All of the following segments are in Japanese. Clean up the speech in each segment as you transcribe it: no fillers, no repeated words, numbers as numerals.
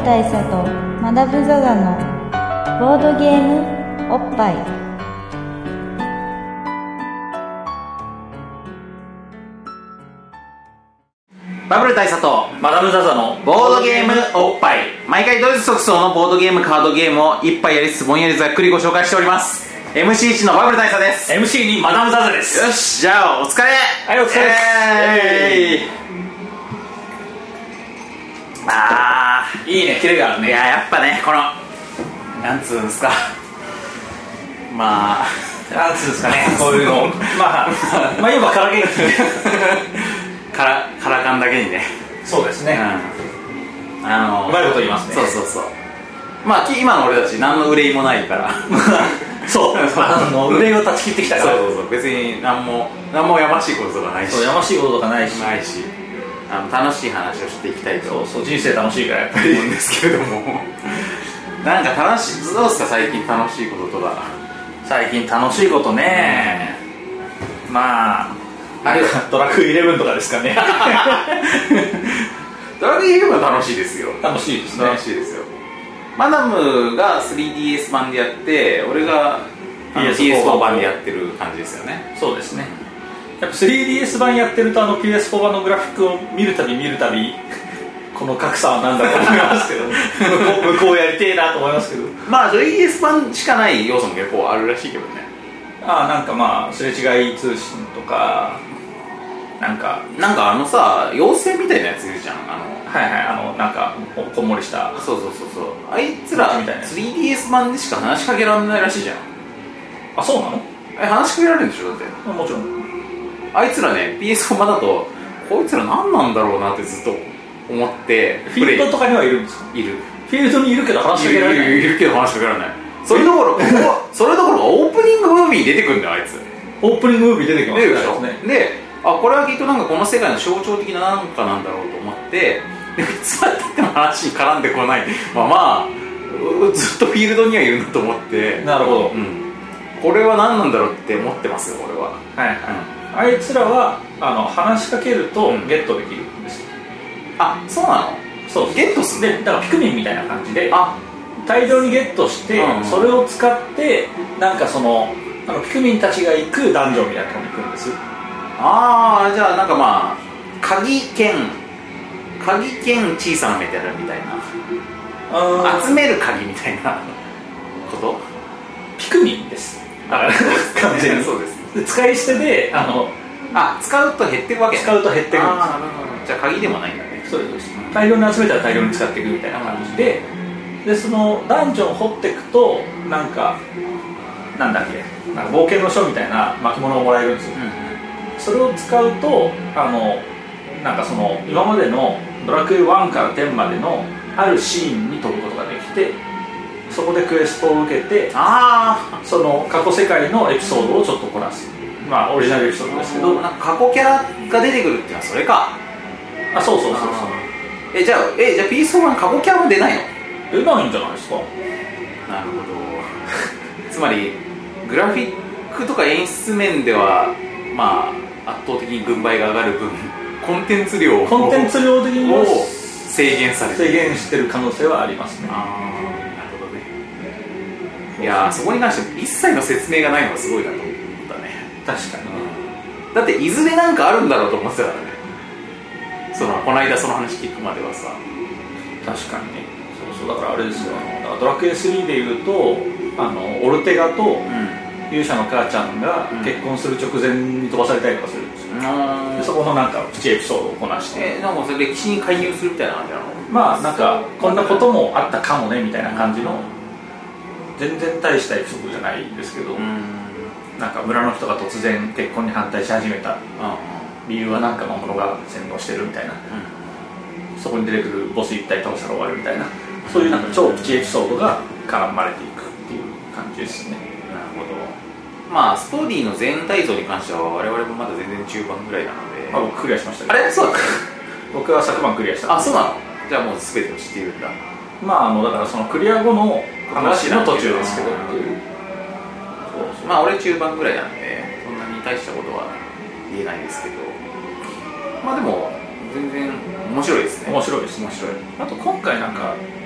大佐とマダム・ザ・ザのボードゲームおっぱい。 バブル大佐とマダム・ザ・ザのボードゲームおっぱい。毎回ドイツ即走のボードゲームカードゲームを一杯やりつつぼんやりざっくりご紹介しております。 MC1 のバブル大佐です。 MC にマダム・ザ・ザです。 よし、じゃあお疲れ。 はい、お疲れです。いいね、キレがあるね。 いや、やっぱね、このなんつうんですか、まあなんつうんですかね、こういうのまあ言えばから元気カラカンだけにね。 そうですね、 うまいこと言いますね。 そうそうそう。まあ今の俺たち何の憂いもないからそう憂いを断ち切ってきたから。 そうそうそう、別に何もやましいこととかないし。 そう、やましいこととかないし楽しい話をしていきたいと。 そう、人生楽しいからやっぱり思うんですけれどもなんか楽しい、どうですか最近楽しいこととか。 最近楽しいことね、まああれドラクエ11とかですかねドラクエ11は楽しいですよ。 楽しいですね。 楽しいですよ。マダムが 3DS 版でやって、俺が PS4 版でやってる感じですよね。 そうですね。やっぱ 3DS 版やってるとPS4 版のグラフィックを見るたびこの格差は何だと思いますけど向こうやりてえなと思いますけど、 まあ 3DS 版しかない要素も結構あるらしいけどね。 なんかまあすれ違い通信とかなんかさ、妖精みたいなやついるじゃん。 なんかこんもりした。 そうあいつら 3DS 版でしか話しかけられないらしいじゃん。 あ、そうなの？ 話しかけられるんでしょ、だって。 もちろん。 あいつらね、 PS4 版だとこいつら何なんだろうなってずっと思って。 フィールドとかにはいるんですか？ いる。 フィールドにいるけど話しかけられない。 いるけど話しかけられない。それどころかオープニングムービーに出てくるんだよ、あいつ。 オープニングムービー出てきますね。で、これはきっとなんかこの世界の象徴的ななんかなんだろうと思って、いつまでたっても話に絡んでこないまあずっとフィールドにはいるんだと思って。 なるほど、 これは何なんだろうって思ってますよ、俺は。 あいつらは話しかけるとゲットできるんですよ。 あ、そうなの？ そう、 ゲットするで、だからピクミンみたいな感じで大量にゲットして、それを使ってなんかピクミンたちが行くダンジョンみたいなところに行くんです。 じゃあなんかまあ鍵兼小さなメタルみたいな、集める鍵みたいなこと。 ピクミンですだから完全にそうです。 使い捨てで使うと減っていくわけ。 使うと減っていくんです。 じゃあ鍵でもないんだね。 そうです。大量に集めたら大量に使っていくみたいな感じで、そのダンジョンを掘っていくとなんか冒険の書みたいな巻物をもらえるんですよ。それを使うと今までのドラクエ1から10までのあるシーンに飛ぶことができて、そこでクエストを受けてその過去世界のエピソードをちょっとこなす、オリジナルエピソードですけど、 なんか過去キャラが出てくるっていうのはそれか。 そうじゃあ PS4 は過去キャラも出ないの？ 出ないんじゃないですか。 なるほどつまりグラフィックとか演出面では圧倒的に軍配が上がる分、コンテンツ量的にも制限してる可能性はありますね。 なるほどね。いや、そこに関して一切の説明がないのがすごいなと思ったね。 確かに、 だっていずれなんかあるんだろうと思ってたからね。この間その話聞くまではさ。 確かにね。そうだからあれですよ、ドラクエ3でいうとオルテガと、勇者の母ちゃんが結婚する直前に飛ばされたりとかするんですよ。でそこのなんかプチエピソードをこなして、 なんかそれ歴史に介入するみたいな感じなの？ なんかこんなこともあったかもねみたいな感じの、全然大したエピソードじゃないんですけど、なんか村の人が突然結婚に反対し始めた理由はなんか魔物が洗脳してるみたいな、そこに出てくるボス一体倒したら終わるみたいな、そういうなんか超プチエピソードが絡まれていくっていう感じですね。 なるほど。ストーリーの全体像に関しては我々もまだ全然中盤ぐらいなので。 僕クリアしましたけど。 あれ、そうだった僕は昨晩クリアした。 そうなの？じゃあもう全てを知っているんだ。 だからそのクリア後の話の途中ですけどっていう。 俺中盤ぐらいなんでそんなに大したことは言えないですけど、でも全然面白いですね。 面白いです。あと今回なんか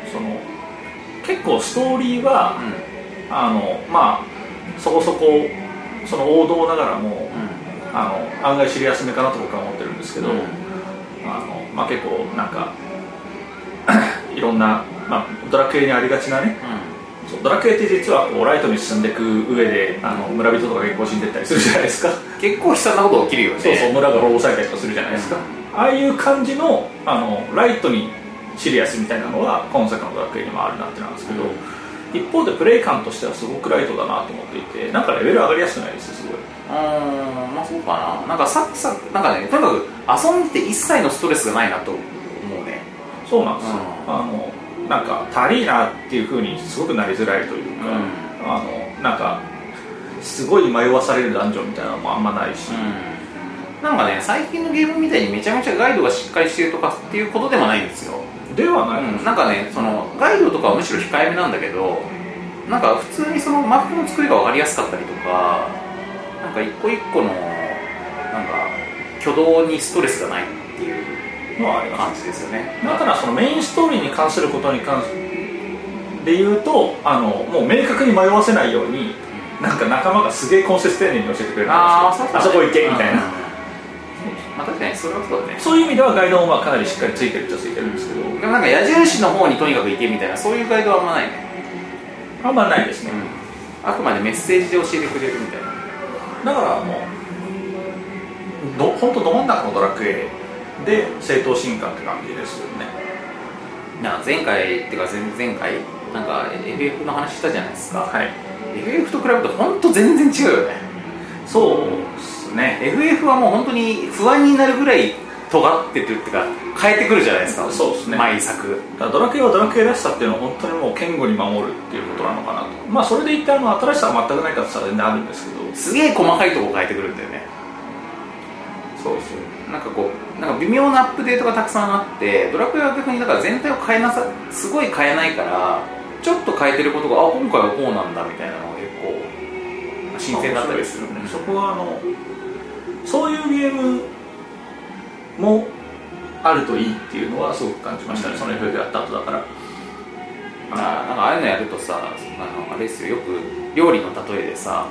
その結構ストーリーは、まあそこそこその王道ながらも、案外知りやすめかなと僕は思ってるんですけど、まあ、結構なんかいろんな、まあ、ドラクエにありがちなね、ドラクエって実はこうライトに進んでいく上で村人とか結構死んでったりするじゃないですか。 結構悲惨なこと起きるよね。 そうそう、村が滅ぼされたりとかするじゃないですか、ああいう感じのライトにシリアスみたいなのは今作のドラクエにもあるなってなんですけど、一方でプレイ感としてはすごくライトだなと思っていて、なんかレベル上がりやすくないですすごい。 まあそうかな。なんかサクサクなんかね、とにかく遊んでて一切のストレスがないなと思うね。 そうなんですよ、なんか足りーなっていう風にすごくなりづらいというか、なんかすごい迷わされるダンジョンみたいなのもあんまないし、 なんかね、最近のゲームみたいにめちゃめちゃガイドがしっかりしてるとかっていうことでもないんですよ。 ではない、 なんかね、そのガイドとかはむしろ控えめなんだけど、なんか普通にそのマップの作りが分かりやすかったりとか、なんか一個一個のなんか挙動にストレスがないっていう感じですよね。 だからそのメインストーリーに関することに関で言うともう明確に迷わせないように、なんか仲間がすげえ根節丁寧に教えてくれるんですよ。あそこ行けみたいな、 まあ、確かにそれはそうだね。 そういう意味ではガイドもかなりしっかりついてるっちゃついてるんですけど、 でもなんか矢印の方にとにかく行けみたいな、そういうガイドはあんまないね。 あんまないですね、 あくまでメッセージで教えてくれるみたいな。 だからもう本当ど真ん中のドラクエで正当進化って感じですよね。 前回っていうか前々回なんか FF の話したじゃないですか。 はい。 FF と比べると本当全然違うよね。 そうですね。 FF はもう本当に不安になるぐらい尖ってるっていうか変えてくるじゃないですか。 そうですね。 毎作ドラクエはドラクエらしさっていうのは本当にもう堅固に守るっていうことなのかなと。まあそれでいって新しさは全くないかって言ったら全然あるんですけど、 すげえ細かいとこ変えてくるんだよね。 そうですよ。 なんかこうなんか微妙なアップデートがたくさんあって、ドラクエは逆にだから全体を変えなさすごい変えないから、ちょっと変えてることが今回はこうなんだみたいなのが結構新鮮だったりするね。 そこはそういうゲームもあるといいっていうのはすごく感じましたね、その FF やった後だから。 なんかああいうのやるとさ、あれですよ、よく料理の例えでさ、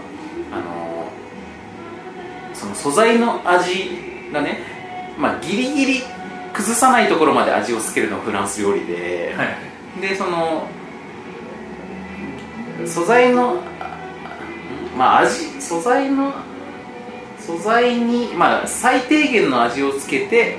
その素材の味がね、まあ、ギリギリ崩さないところまで味をつけるのがフランス料理で、 はい、 でその素材のまあ素材に、まあ、最低限の味をつけて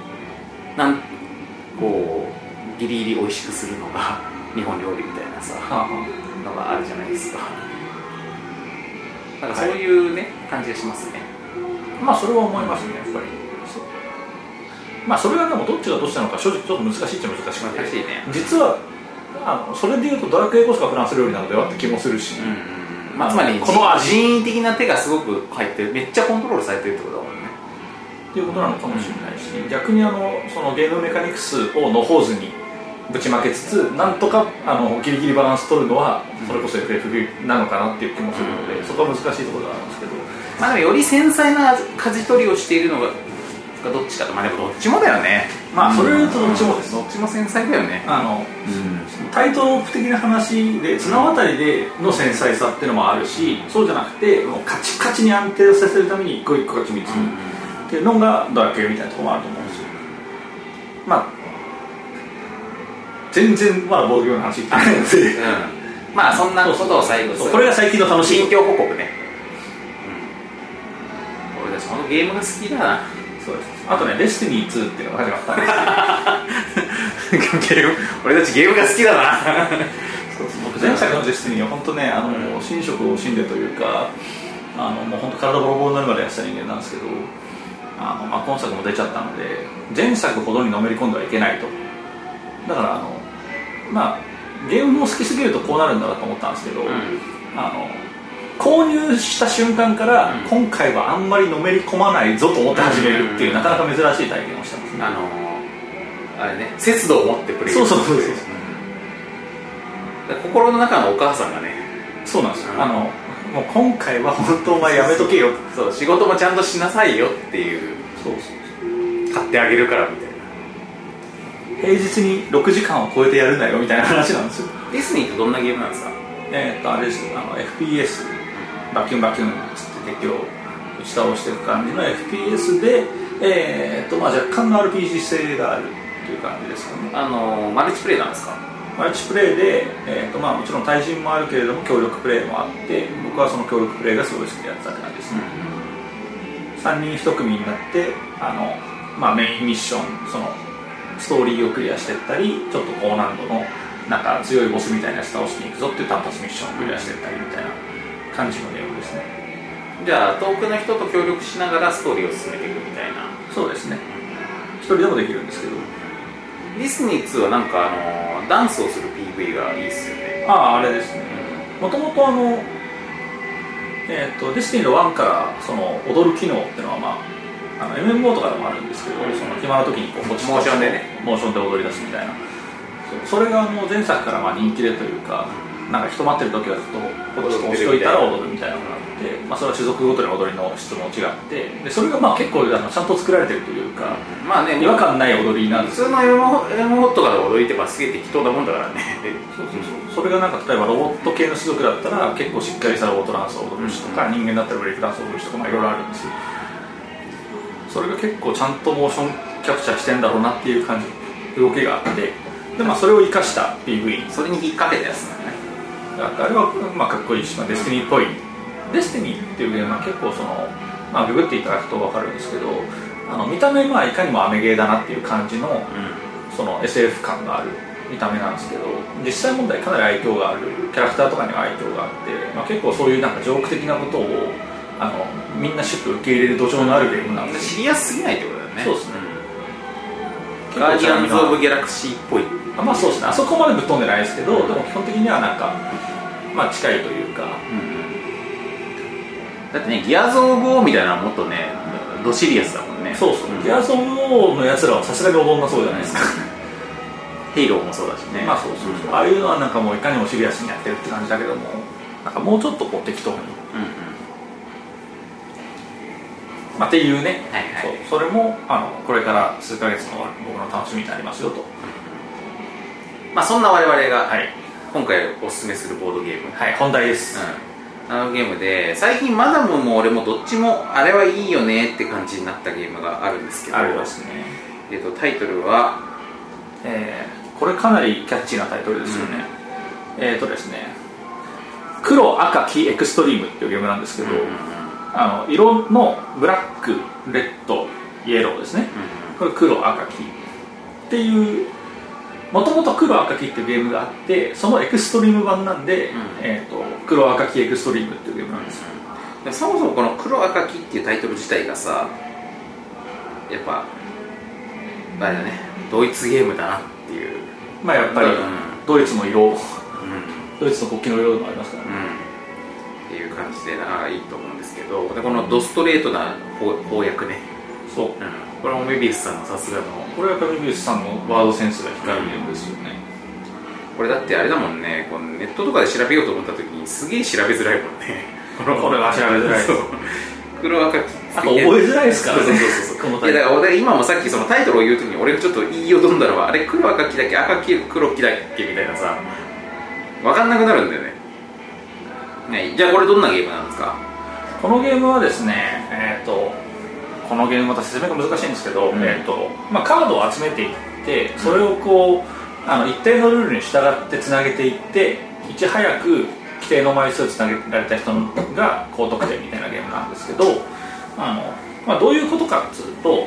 こうギリギリ美味しくするのが日本料理みたいなさ、のがあるじゃないですか。なんかそういうね、感じがしますね。 まあそれは思いますね、やっぱり。まあそれがでもどっちがどっちなのか正直ちょっと難しいっちゃ難しくて、 ね、 実はそれでいうとドラクエこそがフランス料理なのではって気もするし、 まあ、つまりこの人為的な手がすごく入ってめっちゃコントロールされてるってことだもんね。 っていうことなのかもしれないし、逆にそのゲームメカニクスをのほうずにぶちまけつつ、なんとかギリギリバランス取るのはそれこそ FF なのかなっていう気もするので、そこは難しいところがあるんですけど、 まあでもより繊細な舵取りをしているのがどっちかと、まあでもどっちもだよね。 まあそれ言うとどっちもです。 どっちも繊細だよね。 タイトロープ的な話で綱渡りでの繊細さっていうのもあるし、そうじゃなくてもうカチカチに安定させるために一個一個が緻密にっていうのがドラクエみたいなところもあると思うんですよ。まあ全然まだボードゲームの話言ってないので、 まあそんなことを最後これが最近の楽しい近況報告ね。俺たちこのゲームが好きだな。 そうです。あとね、デスティニー2っていうのが始まったんですよ。 俺たちゲームが好きだな。 僕前作のデスティニーは本当ね、寝食を惜しんでというか、もう本当体ボロボロになるまでやってた人間なんですけど、まあ、今作も出ちゃったので前作ほどにのめり込んではいけないと。だからまあゲームも好きすぎるとこうなるんだなと思ったんですけど、購入した瞬間から今回はあんまりのめり込まないぞと思って始めるっていう、なかなか珍しい体験をしてますね。 あれね、節度を持ってプレイする。 そう心の中のお母さんがね、 そうなんですよ。もう今回は本当お前やめとけよ、 そう仕事もちゃんとしなさいよっていう、買ってあげるからみたいな。 平日に6時間を超えてやるなよみたいな話なんですよ。 ディズニーってどんなゲームなんですか？ あれです、FPS バキュンバキュンつって敵を打ち倒していく感じの FPS で、若干の RPG 性があるという感じですかね。 マルチプレイなんですか？ マルチプレイで、もちろん対人もあるけれども協力プレイもあって、僕はその協力プレイがすごい好きでやってたって感じですね。3人1組になってメインミッション、そのストーリーをクリアしていったり、ちょっと高難度のなんか強いボスみたいなやつ倒しに行くぞっていう単発ミッションをクリアしていったりみたいな感じのゲームですね。 じゃあ遠くの人と協力しながらストーリーを進めていくみたいな。 そうですね、一人でもできるんですけど。 ディズニー2はなんかダンスをする PV がいいっすよね。 あれですね、もともとディズニーの1からその踊る機能っていうのはMMO とかでもあるんですけど、その暇な時にモーションでね、 モーションで踊り出すみたいな、それが前作から人気でというか、なんか人待ってる時はずっとポチッと押しといたら踊るみたいなのがあって、それは種族ごとに踊りの質も違って、でそれが結構ちゃんと作られてるというか、違和感ない踊りなんですよ。 普通の MMO とかで踊りってすげえ適当なもんだからね。 それがなんか例えばロボット系の種族だったら結構しっかりしたロボットダンスを踊る人とか、人間だったらブレイクダンスを踊る人とかいろいろあるんですよ。それが結構ちゃんとモーションキャプチャーしてんだろうなっていう感じ、動きがあって、でそれを生かした PV、 それに引っ掛けたやつなんだね。 あれはかっこいいし、デスティニーっぽい。デスティニーっていうゲームは結構ググっていただくと分かるんですけど、見た目いかにもアメゲーだなっていう感じの、その SF 感がある見た目なんですけど、実際問題かなり愛嬌がある、キャラクターとかには愛嬌があって、結構そういうなんかジョーク的なことをみんなシュッと受け入れる土壌のあるゲームなんで、 シリアスすぎないってことだよね。 そうですね、 ガーディアンズ・オブ・ギャラクシーっぽい。 そうですね、あそこまでぶっ飛んでないですけど、でも基本的にはなんか近いというか、 だってね、ギアーズ・オブ・オーみたいなのはもっとねドシリアスだもんね。 そうそう、ギアーズ・オブ・オーのやつらはさすがに踊んなそうじゃないですか。 ヘイローもそうだしね。 そう、ああいうのはなんかもういかにもシリアスにやってるって感じだけども、なんかもうちょっと適当に、っていうね、それもこれから数ヶ月の僕の楽しみになりますよと。 そんな我々が今回おすすめするボードゲーム、 本題です。 ゲームで最近マダムも俺もどっちもあれはいいよねって感じになったゲームがあるんですけど、 ありますね。 タイトルは、 これかなりキャッチーなタイトルですよね。ですね、黒赤黄エクストリームっていうゲームなんですけど、色のブラック、レッド、イエローですね、これ黒赤黄っていう、もともと黒赤黄っていうゲームがあって、そのエクストリーム版なんで、黒赤黄エクストリームっていうゲームなんですよ。 そもそもこの黒赤黄っていうタイトル自体がさ、やっぱあれだね、ドイツゲームだなっていう。 やっぱりドイツの色、ドイツの国旗の色でもありますからね、 っていう感じでなかなかいいと思うんですけど、でこのドストレートな翻訳ね、 そう、 これもメビウスさんのさすがの、 これはやっぱりメビウスさんのワードセンスが光るゲームですよね。 これだってあれだもんね、このネットとかで調べようと思った時にすげえ調べづらいもんね。 これは調べづらいです。 黒赤黄、 あと覚えづらいですからね。 いやだから俺今もさっきそのタイトルを言う時に俺がちょっと言いよどんだのは、あれ黒赤黄だっけ赤黄黒黄だっけみたいなさ、分かんなくなるんだよね。じゃあこれどんなゲームなんですか？ このゲームはですね、このゲームまた説明が難しいんですけど、カードを集めていって、それを一定のルールに従ってつなげていって、いち早く規定の枚数つなげられた人が高得点みたいなゲームなんですけど、どういうことかっていうと、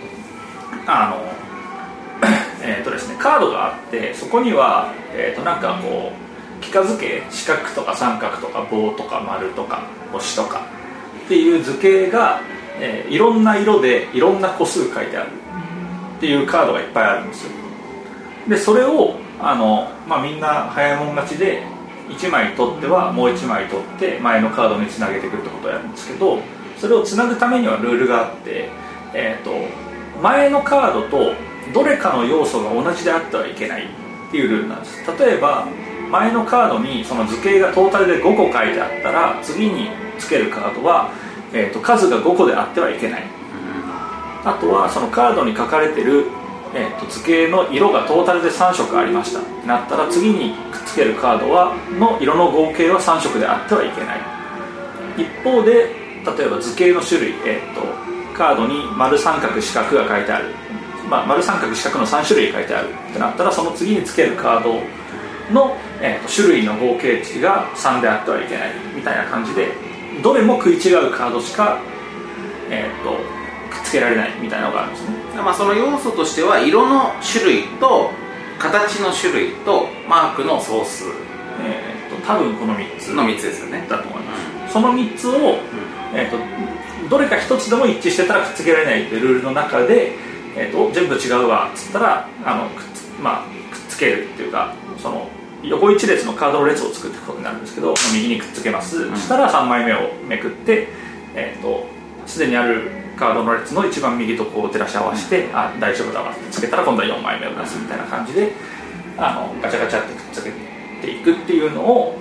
ですね、カードがあって、そこには、なんか幾何図形、四角とか三角とか棒とか丸とか星とかっていう図形が、いろんな色でいろんな個数書いてあるっていうカードがいっぱいあるんですよ。でそれをみんな早いもん勝ちで1枚取ってはもう1枚取って前のカードにつなげていくってことをやるんですけど、それをつなぐためにはルールがあって、前のカードとどれかの要素が同じであってはいけないっていうルールなんです。例えば前のカードにその図形がトータルで5個書いてあったら、次につけるカードは、数が5個であってはいけない。あとはそのカードに書かれてる、 図形の色がトータルで3色ありましたってなったら、次にくっつけるカードの色の合計は3色であってはいけない。一方で例えば図形の種類、カードに丸三角四角が書いてある、丸三角四角の3種類書いてあるってなったら、その次につけるカードの、種類の合計値が3であってはいけないみたいな感じで、どれも食い違うカードしか、くっつけられないみたいなのがあるんですね。 その要素としては色の種類と形の種類とマークの総数、 多分この3つの3つですよね。 だと思います、その3つを、どれか1つでも一致してたらくっつけられないというルールの中で、全部違うわっつったらくっつけるっていうか、その横一列のカードの列を作っていくことになるんですけど、右にくっつけます、そしたら3枚目をめくって、すでにあるカードの列の一番右とこう照らし合わせて、大丈夫だわってつけたら今度は4枚目を出すみたいな感じでガチャガチャってくっつけていくっていうのを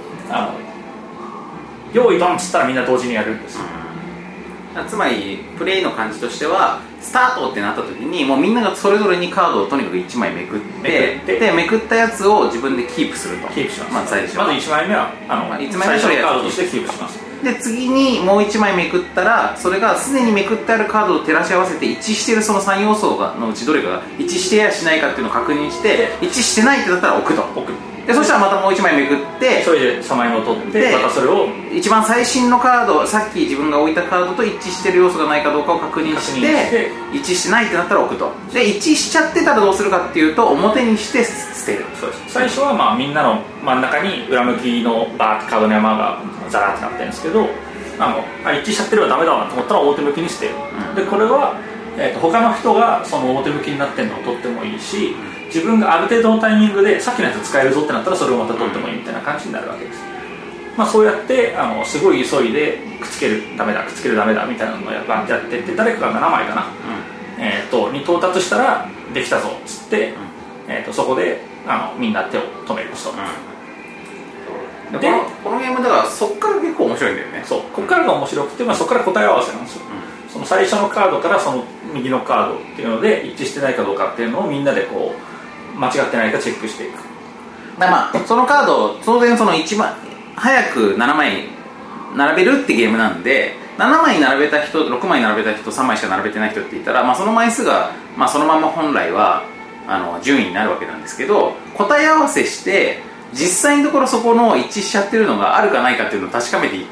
用意ドンっつったらみんな同時にやるんですよ。 つまりプレイの感じとしては、スタートってなった時にもうみんながそれぞれにカードをとにかく1枚めくってでめくったやつを自分でキープすると。 キープします、 まず1 枚目は 1枚目最初のカードとしてキープします。 で次にもう1枚めくったら、それがすでにめくってあるカードと照らし合わせて一致しているその3要素のうちどれかが一致してやしないかっていうのを確認して、一致してないってだったら置くと。でそしたらまたもう1枚めくって、 それで3枚目を取ってまたそれを一番最新のカード、さっき自分が置いたカードと一致してる要素がないかどうかを確認して一致してないってなったら置くと。で一致しちゃってたらどうするかっていうと、表にして捨てる。 そうです。最初はみんなの真ん中に裏向きのバーってカードの山がザラーってなってるんですけど、一致しちゃってればダメだわと思ったら表向きに捨てる、でこれは、他の人がその表向きになってるのを取ってもいいし、自分がある程度のタイミングでさっきのやつ使えるぞってなったらそれをまた取ってもいいみたいな感じになるわけです。そうやってすごい急いでくっつけるダメだくっつけるダメだみたいなのをやってって、誰かが7枚かな、に到達したらできたぞっつって、そこでみんな手を止めると、 でこのゲームだからそっから結構面白いんだよね。 そう、ここからが面白くて、そこから答え合わせなんですよ、その最初のカードからその右のカードっていうので一致してないかどうかっていうのをみんなでこう間違ってないかチェックしていく。 そのカード当然その一番早く7枚並べるってゲームなんで、7枚並べた人、6枚並べた人、3枚しか並べてない人って言ったら、その枚数が、そのまま本来は順位になるわけなんですけど、答え合わせして実際のところそこの一致しちゃってるのがあるかないかっていうのを確かめていって、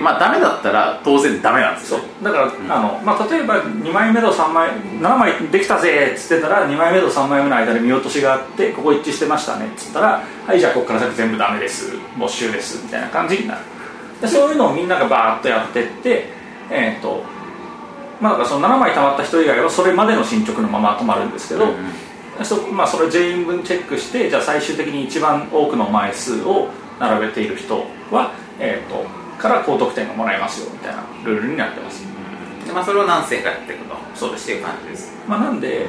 ダメだったら当然ダメなんですよ。 だから、例えば2枚目と3枚7枚できたぜっつってたら、2枚目と3枚目の間で見落としがあって、ここ一致してましたねっつったら、はい、じゃあここから先全部ダメです、没収ですみたいな感じになる。でそういうのをみんながバーッとやってって、だからその7枚溜まった人以外はそれまでの進捗のまま止まるんですけど、それ全員分チェックして、じゃあ最終的に一番多くの枚数を並べている人は、から高得点がもらえますよみたいなルールになってます。 でそれを何戦かやっていくと。 そうですっていう感じです。 なんで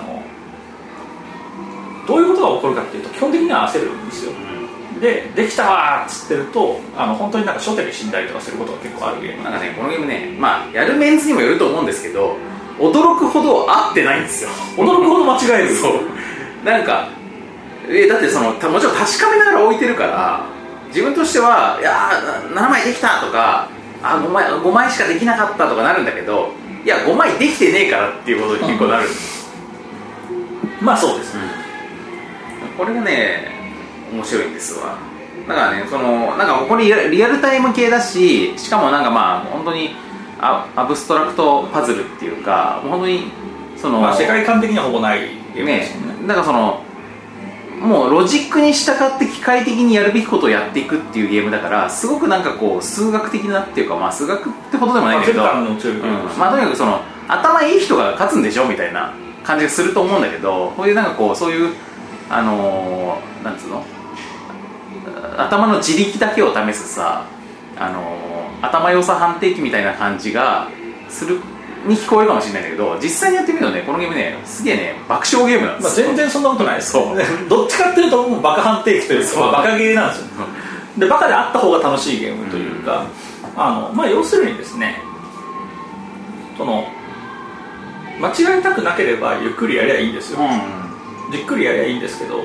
どういうことが起こるかっていうと、基本的には焦るんですよ、できたわーっつってると本当に初手で死んだりとかすることが結構あるゲームこのゲームね、やるメンツにもよると思うんですけど、驚くほど合ってないんですよ。 驚くほど間違える。 そうだってもちろん確かめながら置いてるから、自分としてはいや7枚できたとか5枚しかできなかったとかなるんだけど、いや5枚できてねえからっていうことに結構なるんです。 そうです、 これがね面白いんですわ。だからね、ここにリアルタイム系だし、しかも本当にアブストラクトパズルっていうか、もう本当に世界観的にはほぼないゲームですよね。 だからもうロジックに従って機械的にやるべきことをやっていくっていうゲームだから、すごく数学的なっていうか、数学ってほどでもないんだけど、とにかく頭いい人が勝つんでしょみたいな感じがすると思うんだけど、こういうそういうなんつうの、頭の自力だけを試すさ、頭良さ判定機みたいな感じがするに聞こえるかもしれないんだけど、実際にやってみるとね、このゲームね、すげえね爆笑ゲームなんですよ。 全然そんなことないです。 そうどっちかっていうともうバカ判定機というかバカゲーなんですよ。でバカであった方が楽しいゲームというか、要するにですね、間違えたくなければゆっくりやりゃいいんですよ、 じっくりやりゃいいんですけど、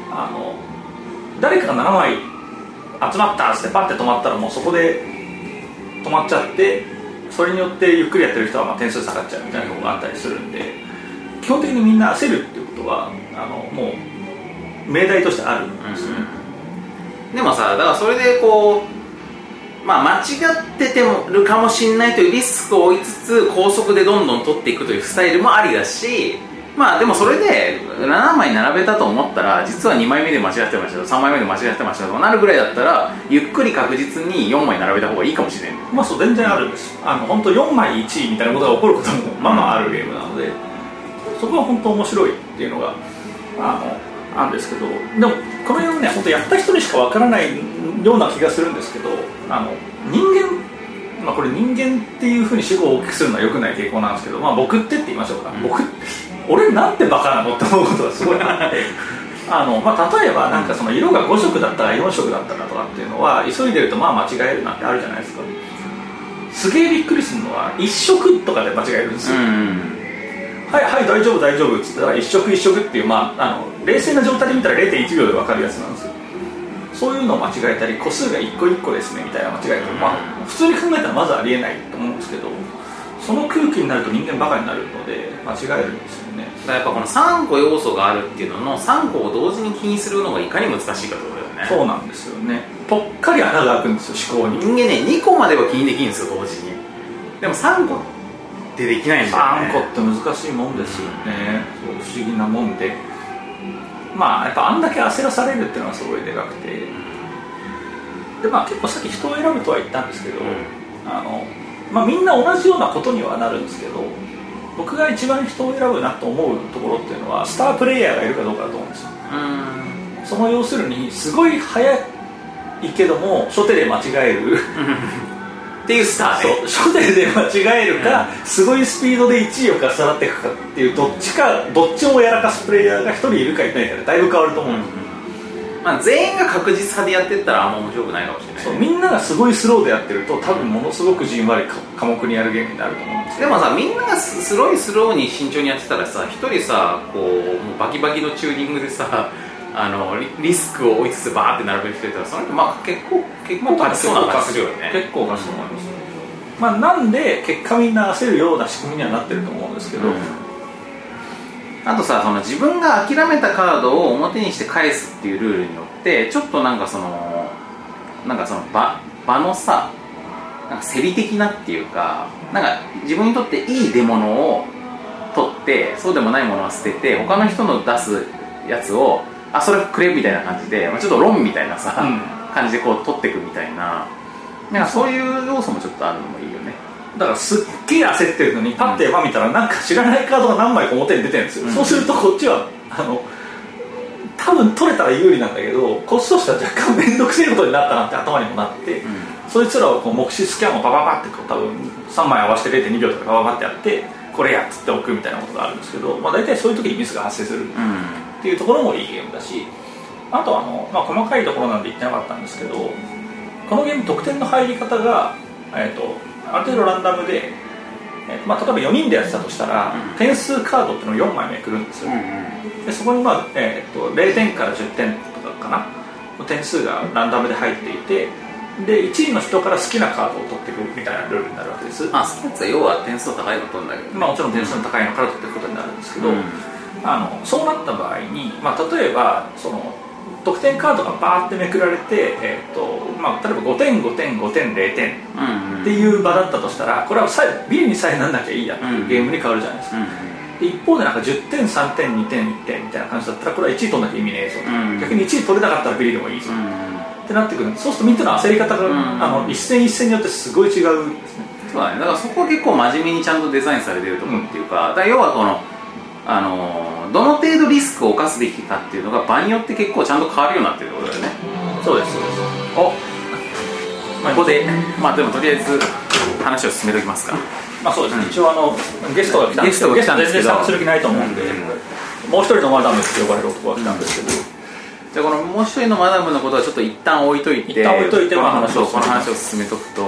誰かが7枚集まったっつってパッて止まったらもうそこで止まっちゃって、それによってゆっくりやってる人はまあ点数下がっちゃうみたいなことがあったりするんで、基本的にみんな焦るっていうことはもう命題としてあるんですよね、 でもさ、だからそれでこう、まあ、間違っててもるかもしれないというリスクを負いつつ高速でどんどん取っていくというスタイルもありだし、まあでもそれで7枚並べたと思ったら実は2枚目で間違ってましたと3枚目で間違ってましたとなるぐらいだったら、ゆっくり確実に4枚並べた方がいいかもしれない。 まあそう全然あるんです。本当4枚1位みたいなことが起こることもまあまああるゲームなので、そこは本当面白いっていうのがあるんですけど、でもこの辺はね本当やった人にしかわからないような気がするんですけど、人間、まあ、これ人間っていうふうに主語を大きくするのは良くない傾向なんですけど、まあ、僕って言いましょうか、俺なんてバカなのって思うことがすごいあってまあ、例えばなんかその色が5色だったら4色だったかとかっていうのは急いでるとまあ間違えるなんてあるじゃないですか。すげえびっくりするのは1色とかで間違えるんですよ、はいはい大丈夫大丈夫っつったら1色1色っていう、まあ、冷静な状態で見たら 0.1 秒で分かるやつなんですよ。そういうのを間違えたり個数が1個1個ですねみたいな間違えたり、まあ、普通に考えたらまずありえないと思うんですけど、その空気になると人間バカになるので間違えるんですよね。 だからやっぱこの3個要素があるっていうのの3個を同時に気にするのがいかに難しいかってことだよね。 そうなんですよね。ぽっかり穴が開くんですよ思考に。 人間ね2個までは気にできるんですよ同時に。でも3個ってできないんだよね。 3個って難しいもんですよね、そう不思議なもんで、まあやっぱあんだけ焦らされるっていうのはすごいでかくて、でまあ結構さっき人を選ぶとは言ったんですけど、まあ、みんな同じようなことにはなるんですけど、僕が一番人を選ぶなと思うところっていうのはスタープレイヤーがいるかどうかだと思うんですよ。その要するにすごい速いけども初手で間違えるっていうスターね。 そう初手で間違えるか、すごいスピードで1位をかっさらっていくかっていうどっちをやらかすプレイヤーが1人いるかいないかでだいぶ変わると思うんですよ、 まあ、全員が確実派でやってったらあんま面白くないかもしれない。 そうみんながすごいスローでやってると多分ものすごくじんわり寡黙にやるゲームになると思うんですよ。 でもさ、みんながスローに慎重にやってたらさ、一人さこうもうバキバキのチューニングでさリスクを追いつつバーって並べる人いたら、その人まあ結構勝ちそうな感じするよね。 結構勝ちそう思います、まあ、なんで結果みんな焦るような仕組みにはなってると思うんですけど、 あとさ、その自分が諦めたカードを表にして返すっていうルールによってちょっとなんかその場のさなんか競り的なっていうか、なんか自分にとっていい出物を取ってそうでもないものは捨てて他の人の出すやつをそれくれみたいな感じで、ちょっと論みたいなさ、感じでこう取っていくみたいな、なんかそういう要素もちょっとあるのもいいよね。 だからすっげえ焦ってるのにパッて山見たらなんか知らないカードが何枚か表に出てるんですよ、そうするとこっちは多分取れたら有利なんだけど、こっちとしては若干面倒くせえことになったなって頭にもなって、そいつらをこう目視スキャンをパパパってこう多分3枚合わせて 0.2 秒とかパパパってやってこれやっつっておくみたいなことがあるんですけど、まあ、大体そういう時にミスが発生するっていうところもいいゲームだし、あとまあ、細かいところなんで言ってなかったんですけど、このゲーム得点の入り方が、ある程度ランダムで、まあ、例えば4人でやってたとしたら、点数カードっていうのを4枚めくるんですよ、でそこに、まあ0点から10点とかかな点数がランダムで入っていて、で1位の人から好きなカードを取っていくみたいなルールになるわけです。 好きなやつは要は点数高いの取るんだけど、 まあ、もちろん点数の高いのから取っていくことになるんですけど、そうなった場合に、まあ、例えばその得点カードがバーってめくられて、まあ、例えば5点5点5点0点っていう場だったとしたら、これはビリにさえなんなきゃいいやっていうゲームに変わるじゃないですか、で一方でなんか10点3点2点1点みたいな感じだったらこれは1位取んなきゃ意味ねえぞ、逆に1位取れなかったらビリでもいいぞ、ってなってくるんで、そうするとみんなの焦り方が、一戦一戦によってすごい違うんですね。 そうだね、だからそこは結構真面目にちゃんとデザインされてるところっていうか、だから要はこのどの程度リスクを冒すべきかっていうのが場によって結構ちゃんと変わるようになってるってことだよね。 そうですそうです。 まあ、ここで、まあ、でもとりあえず話を進めておきますか。 まあそうですね、一応ゲストが来たんですけど、ゲスト全然参加する気ないと思うんで、もう一人のマダムって呼ばれる男が来たんですけど、 じゃあこのもう一人のマダムのことはちょっと一旦置いといて、この話を進めとくと、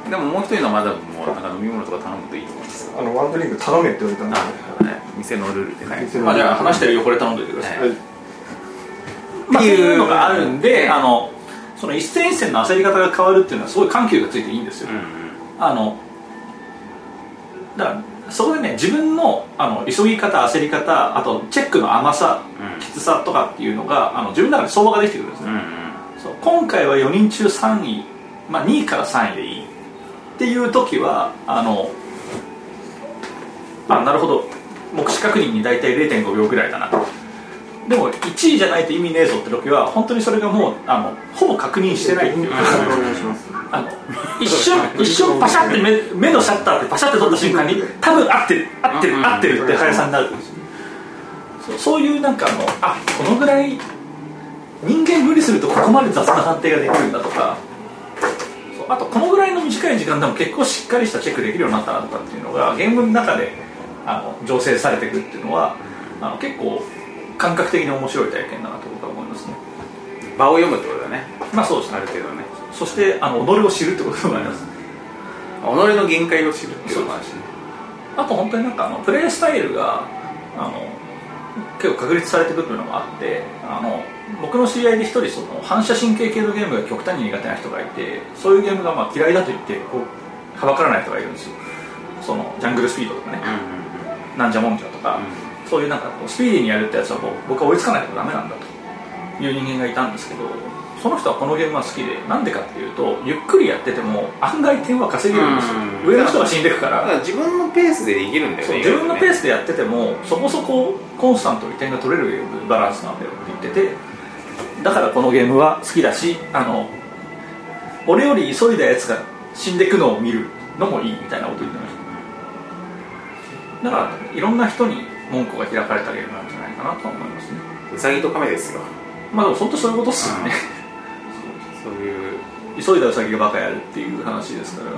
でももう一人のマダムもなんか飲み物とか頼むといいと思います。 ワンドリンク頼めって言われたんで、 店のルールでね。 じゃあ話してるよ、これ頼んでおいてください。 はい、 っていうのがあるんで、その一戦一戦の焦り方が変わるっていうのはすごい緩急がついていいんですよ。だからそこでね、自分の急ぎ方、焦り方、あとチェックの甘さ、きつさとかっていうのが自分の中で相場ができてくるんですね。そう、今回は4人中3位、2位から3位でいいっていう時はなるほど、目視確認に大体 0.5 秒ぐらいだなと。でも1位じゃないと意味ねえぞって時は本当にそれがもうほぼ確認してないっていうか、一瞬パシャって 目のシャッターでパシャって取った瞬間に多分合ってるって速さになるんですよ。そういうなんかこのぐらい人間無理するとここまで雑な判定ができるんだとか、あとこのぐらいの短い時間でも結構しっかりしたチェックできるようになったなとかっていうのがゲームの中で醸成されていくっていうのは結構感覚的に面白い体験だなと僕は思いますね。 場を読むってことだね。 そうですね、 ある程度ね。 そして己を知るってことになります。 己の限界を知るっていう話ね。 あと本当になんかプレイスタイルが結構確立されてくるのがあって、僕の知り合いで一人その反射神経系のゲームが極端に苦手な人がいて、そういうゲームが嫌いだと言ってはばからない人がいるんですよ。そのジャングルスピードとかね、なんじゃもんじゃとか、そういうなんかスピーディーにやるってやつは僕は追いつかないとダメなんだという人間がいたんですけど、その人はこのゲームが好きで、なんでかっていうとゆっくりやってても案外点は稼げるんですよ。上の人が死んでいくから、 自分のペースでできるんだよね。 自分のペースでやっててもそこそこコンスタントに点が取れるバランスなんだよって言ってて、だからこのゲームは好きだし、俺より急いだやつが死んでいくのを見るのもいいみたいなこと言ってました。だからいろんな人に門戸が開かれたゲームなんじゃないかなと思いますね。 ウサギとカメですよ。 でも本当そういうことっすよね。 そういう急いだウサギがバカやるっていう話ですから。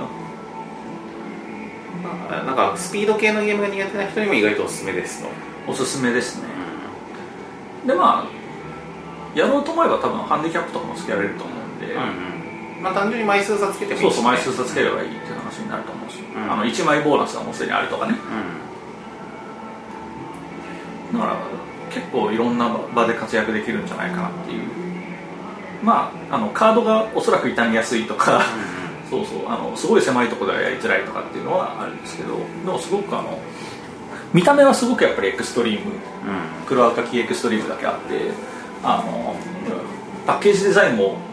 なんかスピード系のゲームが苦手な人にも意外とおすすめですと。 おすすめですね。でやろうと思えば多分ハンディキャップとかもつけられると思うんで、 単純に枚数差つけてもいいし、 そう枚数差つければいいっていう話になると思うし、1枚ボーナスがもうすでにあるとかね、だから結構いろんな場で活躍できるんじゃないかなっていう。カードがおそらく傷みやすいとか、すごい狭いところではやりづらいとかっていうのはあるんですけど、でもすごく見た目はすごくやっぱりエクストリーム、黒赤黄エクストリームだけあって、パッケージデザインも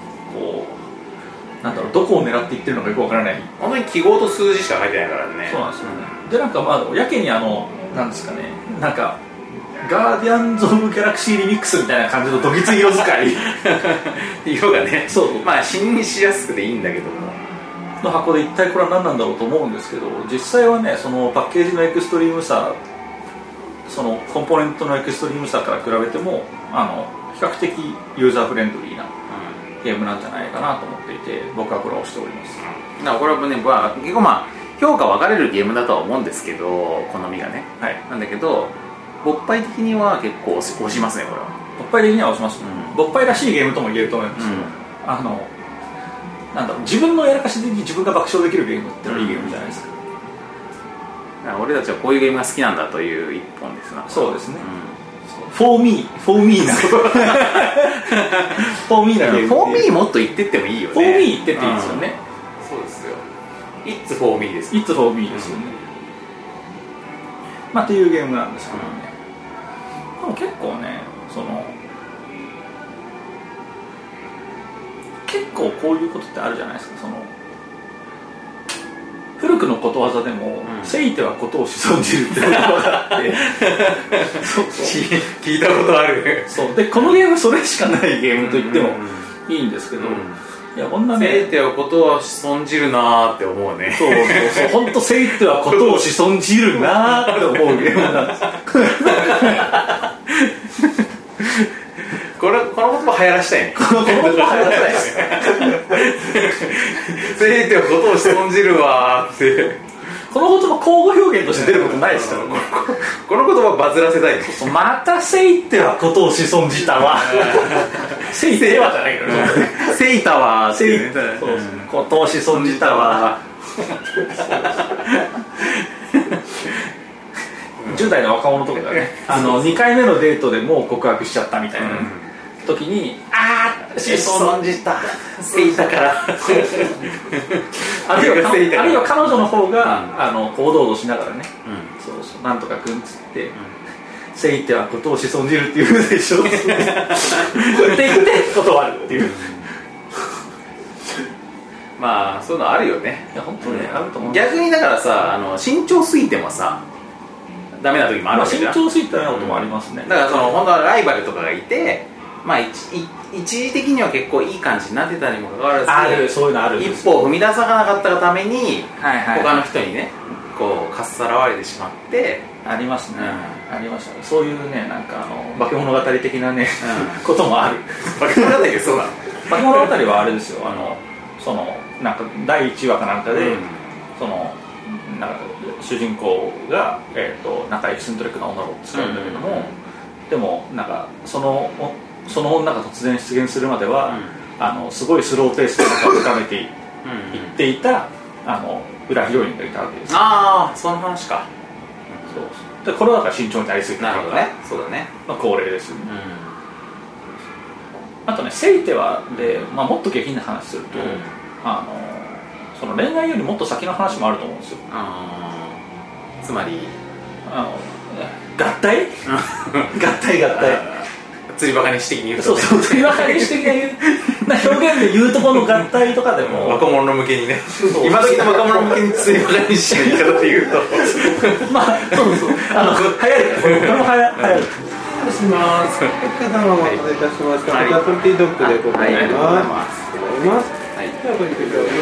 どこを狙っていってるのかよくわからない。 本当に記号と数字しか書いてないからね。 そうなんですよね。でやけになんですかね、なんかガーディアンズ・オブ・ギャラクシー・リミックスみたいな感じのどぎつい色使い色がね、 そう視認しやすくていいんだけどもの箱で一体これは何なんだろうと思うんですけど、実際はね、そのパッケージのエクストリームさ、そのコンポーネントのエクストリームさから比べても比較的ユーザーフレンドリーなゲームなんじゃないかなと思っていて、僕はこれを推しております。 これはね、結構評価分かれるゲームだとは思うんですけど、好みがね、なんだけど勃発的には結構推しますね。これは勃発的には推します、勃発らしいゲームとも言えると思いますけど、自分のやらかしで自分が爆笑できるゲームってのはいいゲームじゃないですか。 俺たちはこういうゲームが好きなんだという一本ですな。 そうですね、For me なFor me なゲーム。 For me もっと言ってってもいいよね。 For me 言ってっていいですよね。 そうですよ。It's for me です。 It's for me ですよね。っていうゲームなんですけどね。でも結構ね、結構こういうことってあるじゃないですか。古くのことわざでも、せいてはことをし損じるって言葉があって聞いたことある。 でこのゲームそれしかないゲームと言ってもいいんですけど、いやこんなね、 せいてはことをし損じるなーって思うね。 本当せいてはことをし損じるなーって思うゲームなんですこの言葉流行らしたいね。 この言葉流行らしたいですせいてはことをし損じるわーって。 この言葉口語表現として出ることないですからね。 この言葉バズらせたいね。 またせいてはことをし損じたわせいてはじゃないけどね、 せいたわーっていうね、 ことをし損じたわ 10代の若者とかがね2回目のデートでもう告白しちゃったみたいな時に、あー子孫じたセイタからあるいは彼女の方が行動をしながらね、そうそうなんとかくんっつって、セイテはことを子孫じるっていうでしょって言って断るっていう。 まあそういうのあるよね。 いや本当ね、あると思う。 逆にだからさ身長すぎてもさダメな時もあるわけじゃん。 身長すぎたようなこともありますね。 だからその本当はライバルとかがいて、まあ一時的には結構いい感じになってたにもかかわらず、 ある、そういうのある。 一歩を踏み出さなかったがために、 はいはい、 他の人にねこうかっさらわれてしまって、 ありますね、ありましたね。そういうね、なんか化け物語的なね、こともある。 化け物語ってそうなの？ 化け物語はあれですよ、そのなんか第1話かなんかで、そのなんか主人公が、仲エキセントリックな女の子を使うんだけども、でもなんかその女が突然出現するまでは、すごいスローペースで仲を深めていっていた裏ヒロインがいたわけです。 ああ、その話か。 そうで、これはだから慎重になりすぎたのが、 ね、そうだね、 恒例ですよね。あとね、セイテはで、もっと下品な話すると、その恋愛よりもっと先の話もあると思うんですよ。 つまり合体釣りバカにして的に言うと、 ね、そう釣りバカにして的な表現で言うとこの合体とかでも若者向けにね、今時の若者向けに釣りバカにして言い方で言うとそう流行るこれも流行る。 失礼します。お疲れ様お待たせいたしました。ポタトティドッグでございます。ではごゆっくりどうぞ。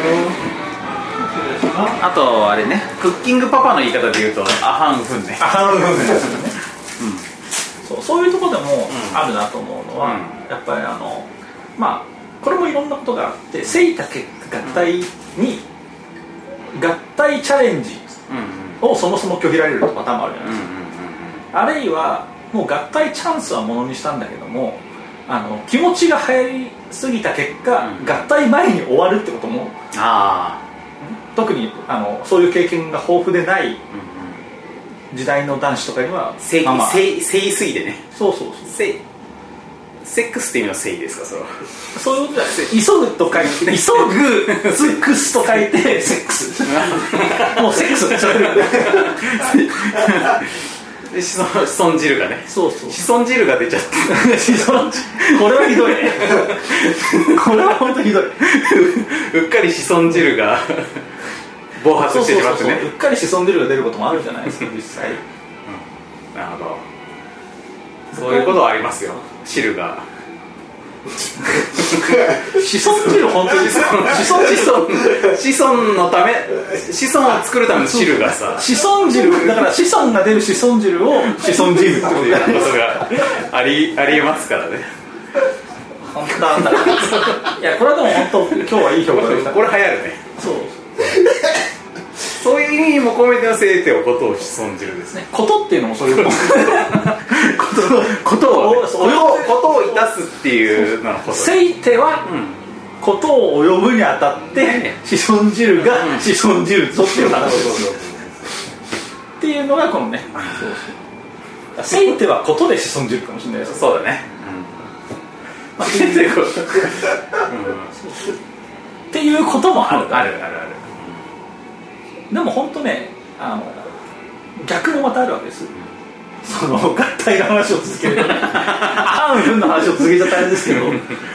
あとあれね、クッキングパパの言い方で言うとアハンフンね。 アハンフンですね。そういうところでもあるなと思うのは、やっぱりこれもいろんなことがあって、セイタケ合体に合体チャレンジをそもそも拒否られるパターンもあるじゃないですか。あるいはもう合体チャンスはものにしたんだけども、気持ちが入りすぎた結果、合体前に終わるってことも、特にそういう経験が豊富でない時代の男子とかにはセイ水でね。 そうセックスっていう意味のセイですか？ そういうことじゃないです。急ぐと書いて急ぐセックスと書いてセックスもうセックスで子孫汁がね、子孫汁が出ちゃってこれはひどいねこれは本当にひどい。 うっかり子孫汁が暴発してしまってね。 うっかり子孫汁が出ることもあるじゃないですか実際。 なるほど、そういうことはありますよ。汁が子孫汁本当に子孫のため、子孫を作るための汁がさ、 子孫汁だから子孫が出る子孫汁を子孫汁ってことがありえますからね。 本当だいやこれはでも本当今日はいい評価でした。 これ流行るね。そういう意味も込めてのセイテをことを子孫汁ですね。 ことっていうのもそういうことをいたすっていうののこと。 セイテはことを及ぶにあたって子孫汁が子孫汁ぞっていう話っていうのがこのね、セイテはことで子孫汁かもしれないです。 そうだね。 っていうこともある。でも本当ね、逆もまたあるわけです。その合体の話を続けるとねハンフンの話を続けちゃったあれですけど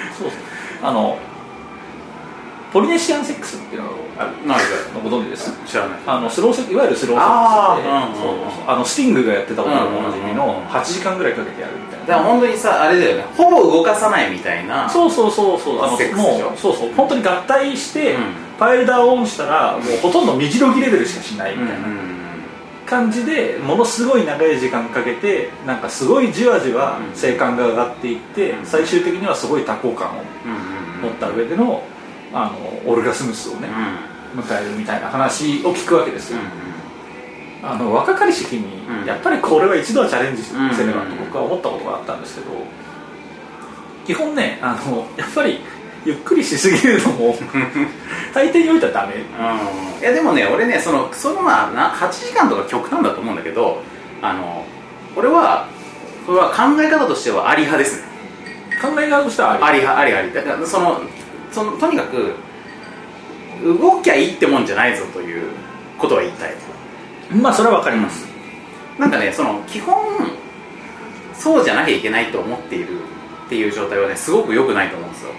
ポリネシアンセックスっていうのがあるのご存知ですか？ 知らない。 スローセックス、いわゆるスローセックスで、スティングがやってたことのおなじみの8時間ぐらいかけてやるみたいな。 だから本当にさ、あれだよね、ほぼ動かさないみたいな。 そう本当に合体して、パイルダーをオンしたらもうほとんど身白切レベルしかしないみたいな感じで、ものすごい長い時間かけて、なんかすごいじわじわ性感が上がっていって、最終的にはすごい多幸感を持った上でのオルガスムスをね、迎えるみたいな話を聞くわけですよ。若かりし日に、やっぱりこれは一度はチャレンジせねばと僕は思ったことがあったんですけど、基本ね、やっぱりゆっくりしすぎるのも大抵においてはダメ。 いやでもね、俺ね、そのまあ8時間とか極端だと思うんだけど、俺はこれは考え方としてはあり派ですね。 考え方としてはありだからとにかく動きゃいいってもんじゃないぞということは言いたい。 まあそれはわかります、 なんかね、基本そうじゃなきゃいけないと思っているっていう状態はね、すごく良くないと思うんですよ。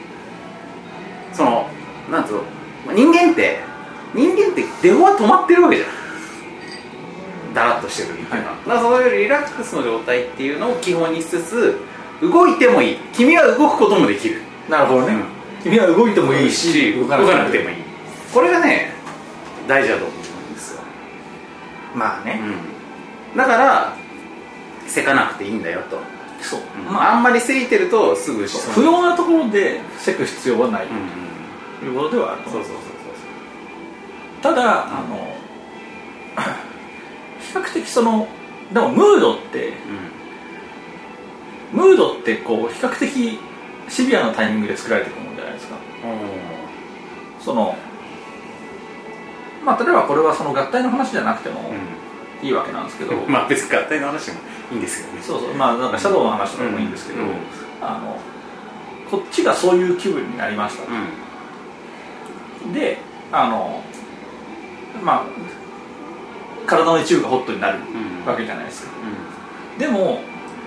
なんつうの、人間ってデフォは止まってるわけじゃん、だらっとしてる時っていうのは、だからそういうリラックスの状態っていうのを基本にしつつ、動いてもいい、君は動くこともできる。 なるほどね、君は動いてもいいし動かなくてもいい。これがね大事だと思うんですよ。 まあね、 だからせかなくていいんだよと。 そう、 あんまりせいてるとすぐ不要なところでせく必要はないということではある。 そうただ比較的でもムードってこう比較的シビアなタイミングで作られていくものじゃないですか。まあ例えばこれはその合体の話じゃなくてもいいわけなんですけど、 まあ別に合体の話もいいんですよね。 そうまあなんかシャドウの話とかもいいんですけど、こっちがそういう気分になりました、でまあ体の一部がホットになるわけじゃないですか、でも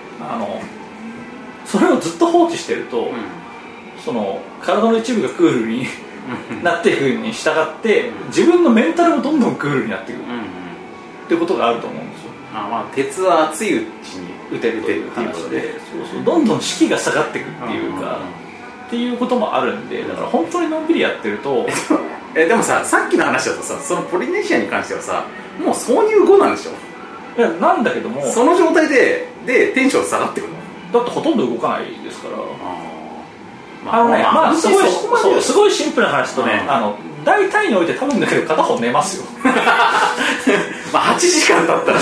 それをずっと放置してると、体の一部がクールになっていくに従って自分のメンタルもどんどんクールになっていくっていうことがあると思うんですよ。 まあ鉄は熱いうちに打てるっていう話で、どんどん士気が下がっていくっていうか、っていうこともあるんで、だから本当にのんびりやってるとでもさっきの話だとさ、そのポリネシアに関してはさ、もう挿入後なんでしょ。 いやなんだけども、 その状態でテンション下がってくるの。 だってほとんど動かないですから。すごいシンプルな話とね、大体において多分だけど片方寝ますよまあ8時間経ったらね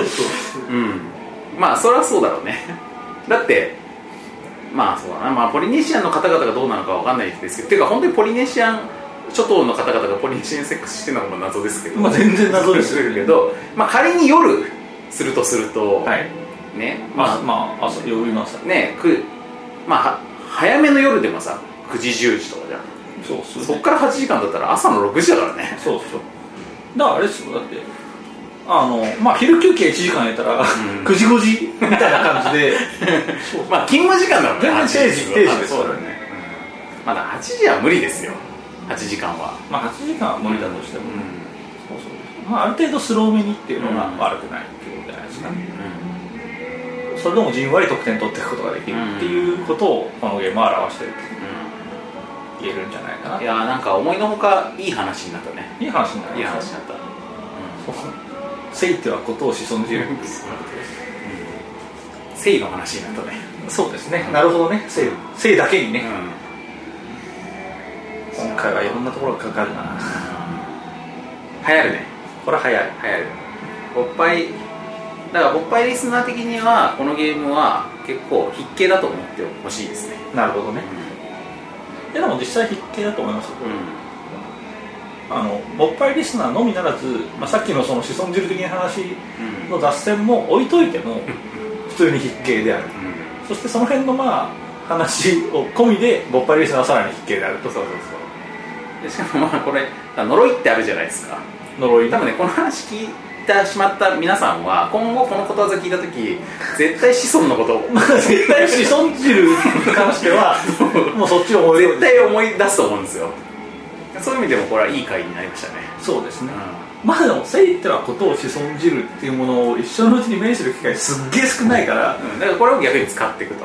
まあそれはそうだろうね。だってまあそうだな、まあポリネシアンの方々がどうなのかわかんないですけど、ていうか本当にポリネシアン諸島の方々がポリネシアンセックスしてるのも謎ですけど、 まあ全然謎ですけど、まあ仮に夜するとね、 朝呼びますね、早めの夜でもさ9時10時とかじゃん。そっから8時間だったら朝の6時だからね。 だからあれですよ、だってまあ昼休憩1時間やったら9時5時みたいな感じでまあ勤務時間だもんね。 全然定時ですからね。 まだ8時は無理ですよ、8時間は。 まあ8時間は無理だとしても、まあある程度スローめにっていうのが悪くないっていうことじゃないですかね。それでもじんわり得点取っていくことができるっていうことをこのゲームは表していると言えるんじゃないかな。 いやーなんか思いのほかいい話になったね。 いい話になった。生ってはことを子孫じる生の話になったね。 そうですね、なるほどね。生だけにね、今回はいろんなところがかかるな。 流行るね。 これは流行る。 だから勃発リスナー的にはこのゲームは結構筆記だと思ってほしいですね。 なるほどね。でも実際筆記だと思いますよ。勃発リスナーのみならず、さっきのその子孫汁的な話の脱線も置いといても普通に筆記である、そしてその辺の話を込みで勃発リスナーはさらに筆記であると。 でしかもこれ呪いってあるじゃないですか。 呪い。 多分ね、この話聞いてしまった皆さんは今後このことわざ聞いたとき絶対子孫のことを絶対子孫汁に関してはもうそっちを思い絶対思い出すと思うんですよ。そういう意味でもこれはいい回になりましたね。 そうですね、でも生ってはことを子孫汁っていうものを一生のうちに目にする機会すっげえ少ないから、 だからこれを逆に使っていくと。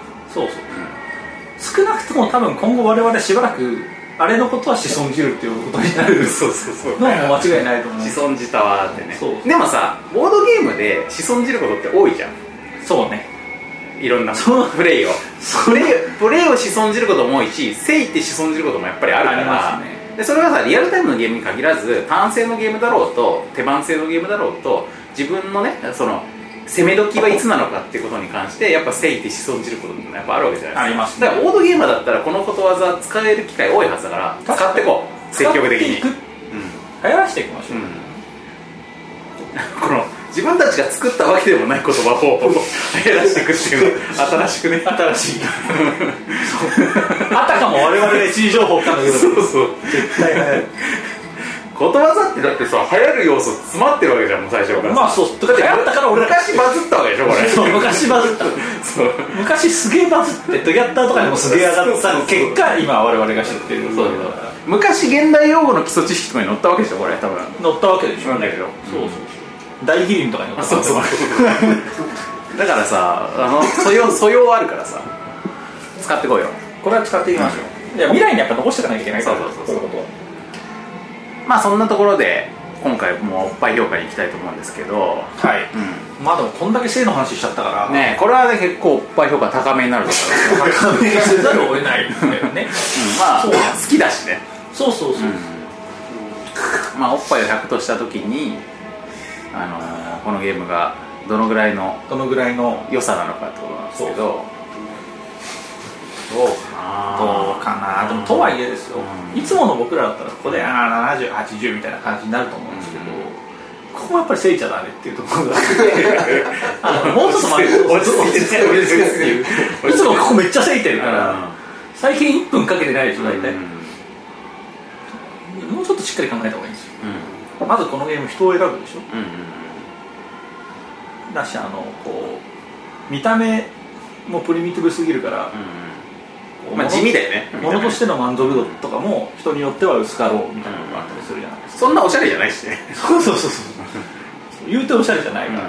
少なくとも多分今後我々しばらくあれのことは子孫汁っていうことになるのはもう間違いないと思う。 子孫じたわってね。でもさ、ボードゲームで子孫じることって多いじゃん。 そうね、 いろんなプレイを子孫じることも多いし、生って子孫じることもやっぱりあるから、でそれはさ、リアルタイムのゲームに限らず単性のゲームだろうと手番性のゲームだろうと、自分のね、その攻め時はいつなのかっていうことに関してやっぱ聖ってし損じることってやっぱあるわけじゃないですか。 ありますだからオードゲーマーだったらこのことわざ使える機会多いはずだから使ってこう、積極的に流行らせていきましょう、 この自分たちが作ったわけでもない言葉を流行らせていくっていう新しくね、 新しいあたかも我々が一時情報かのようにそうそう絶対流行ることわざってだってさ、流行る要素詰まってるわけじゃん、もう最初からまあそう、だって流行ったから俺ら昔バズったわけでしょこれ。 そう昔バズったそう昔すげえバズってトギャッターとかでもすげえ上がった結果今我々が知ってるそう昔現代用語の基礎知識とかに載ったわけでしょこれ多分。 乗ったわけでしょ、 なんだけど、 そうそうそう大義林とかに乗ったそうそうだからさ、素養あるからさ使ってこいよ。 これは使っていきましょう、いや未来にやっぱ残していかなきゃいけないから、 そうこういうことはまあそんなところで今回もうおっぱい評価に行きたいと思うんですけど、 はい、まあでもこんだけ性の話しちゃったからね、これはね結構おっぱい評価高めになると思う高めにせざるを得ないんだよねまあそう好きだしね。 そうそうそう、 まあおっぱいを100とした時にこのゲームがどのぐらいの良さなのかってことなんですけど、どうかな。でもとはいえですよ、いつもの僕らだったらここで70、80みたいな感じになると思うんですけど、ここはやっぱりせいちゃだねっていうところがもうちょっと待って落ち着いてるいつもここめっちゃせいてるから最近1分かけてないでしょ大体、もうちょっとしっかり考えた方がいいんですよ、まずこのゲーム人を選ぶでしょ、だしこう見た目もプリミティブすぎるから、 まあ地味だよね。 ものとしての満足度とかも人によっては薄かろうみたいなのがあったりするじゃないですか。 そんなおしゃれじゃないしね。 そう言うておしゃれじゃないから、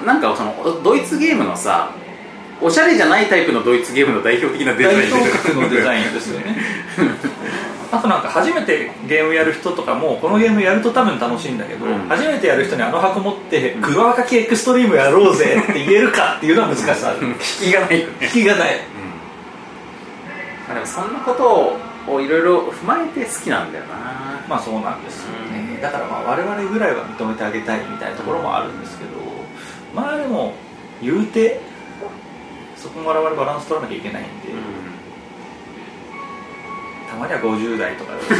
なんかそのドイツゲームのさ、おしゃれじゃないタイプのドイツゲームの代表的なデザイン、 代表格のデザインですよねあとなんか初めてゲームやる人とかもこのゲームやると多分楽しいんだけど、初めてやる人に箱持って黒赤系エクストリームやろうぜって言えるかっていうのは難しさある引きがないよね。 引きがない、 でもそんなことをいろいろ踏まえて好きなんだよな。 まあそうなんですよね、だからまあ我々ぐらいは認めてあげたいみたいなところもあるんですけど、まあでも言うてそこも我々バランス取らなきゃいけないんで、たまには50代とかで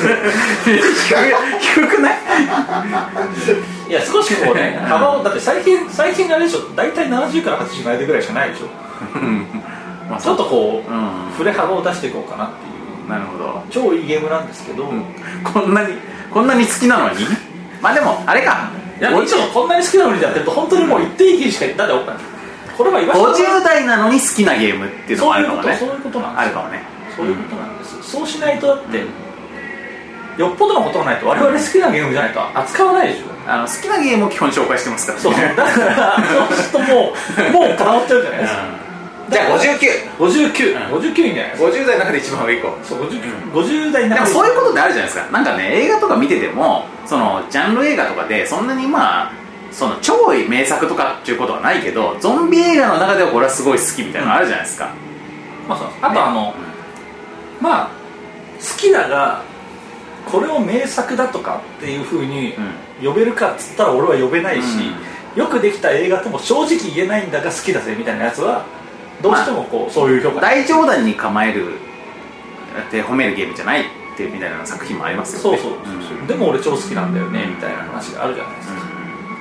低くない？ いや少しこうね幅をだって最近あれでしょ、大体70から80の間ぐらいしかないでしょまあちょっとこう、振れ幅を出していこうかなっていう。 なるほど。 超いいゲームなんですけど、 こんなに好きなのにまあでもあれか、 いやいつもこんなに好きなのにやってると本当にもう一定義しかだってこれは 50代なのに好きなゲームっていうのもあるかもね。 そういうことなんですよ。 あるかもね。 そういうことなんです、そうしないとだって、よっぽどのことがないと我々好きなゲームじゃないと扱わないでしょ。 好きなゲームを基本紹介してますからね。 そうだからそうするともう固まっちゃうじゃないですか、 じゃあ59いいんじゃない？50代の中で一番上行こう。 そう50代の中ででもそういうことってあるじゃないですか。なんかね、映画とか見ててもそのジャンル映画とかでそんなにその超名作とかっていうことはないけど、ゾンビ映画の中ではこれはすごい好きみたいなのあるじゃないですか、 あとまあ好きだがこれを名作だとかっていう風に呼べるかっつったら俺は呼べないし、よくできた映画とも正直言えないんだが好きだぜみたいなやつはどうしてもそういう評価、 大冗談に構えるって褒めるゲームじゃないってみたいな作品もありますよね。 そうでも俺超好きなんだよねみたいな話があるじゃないですか、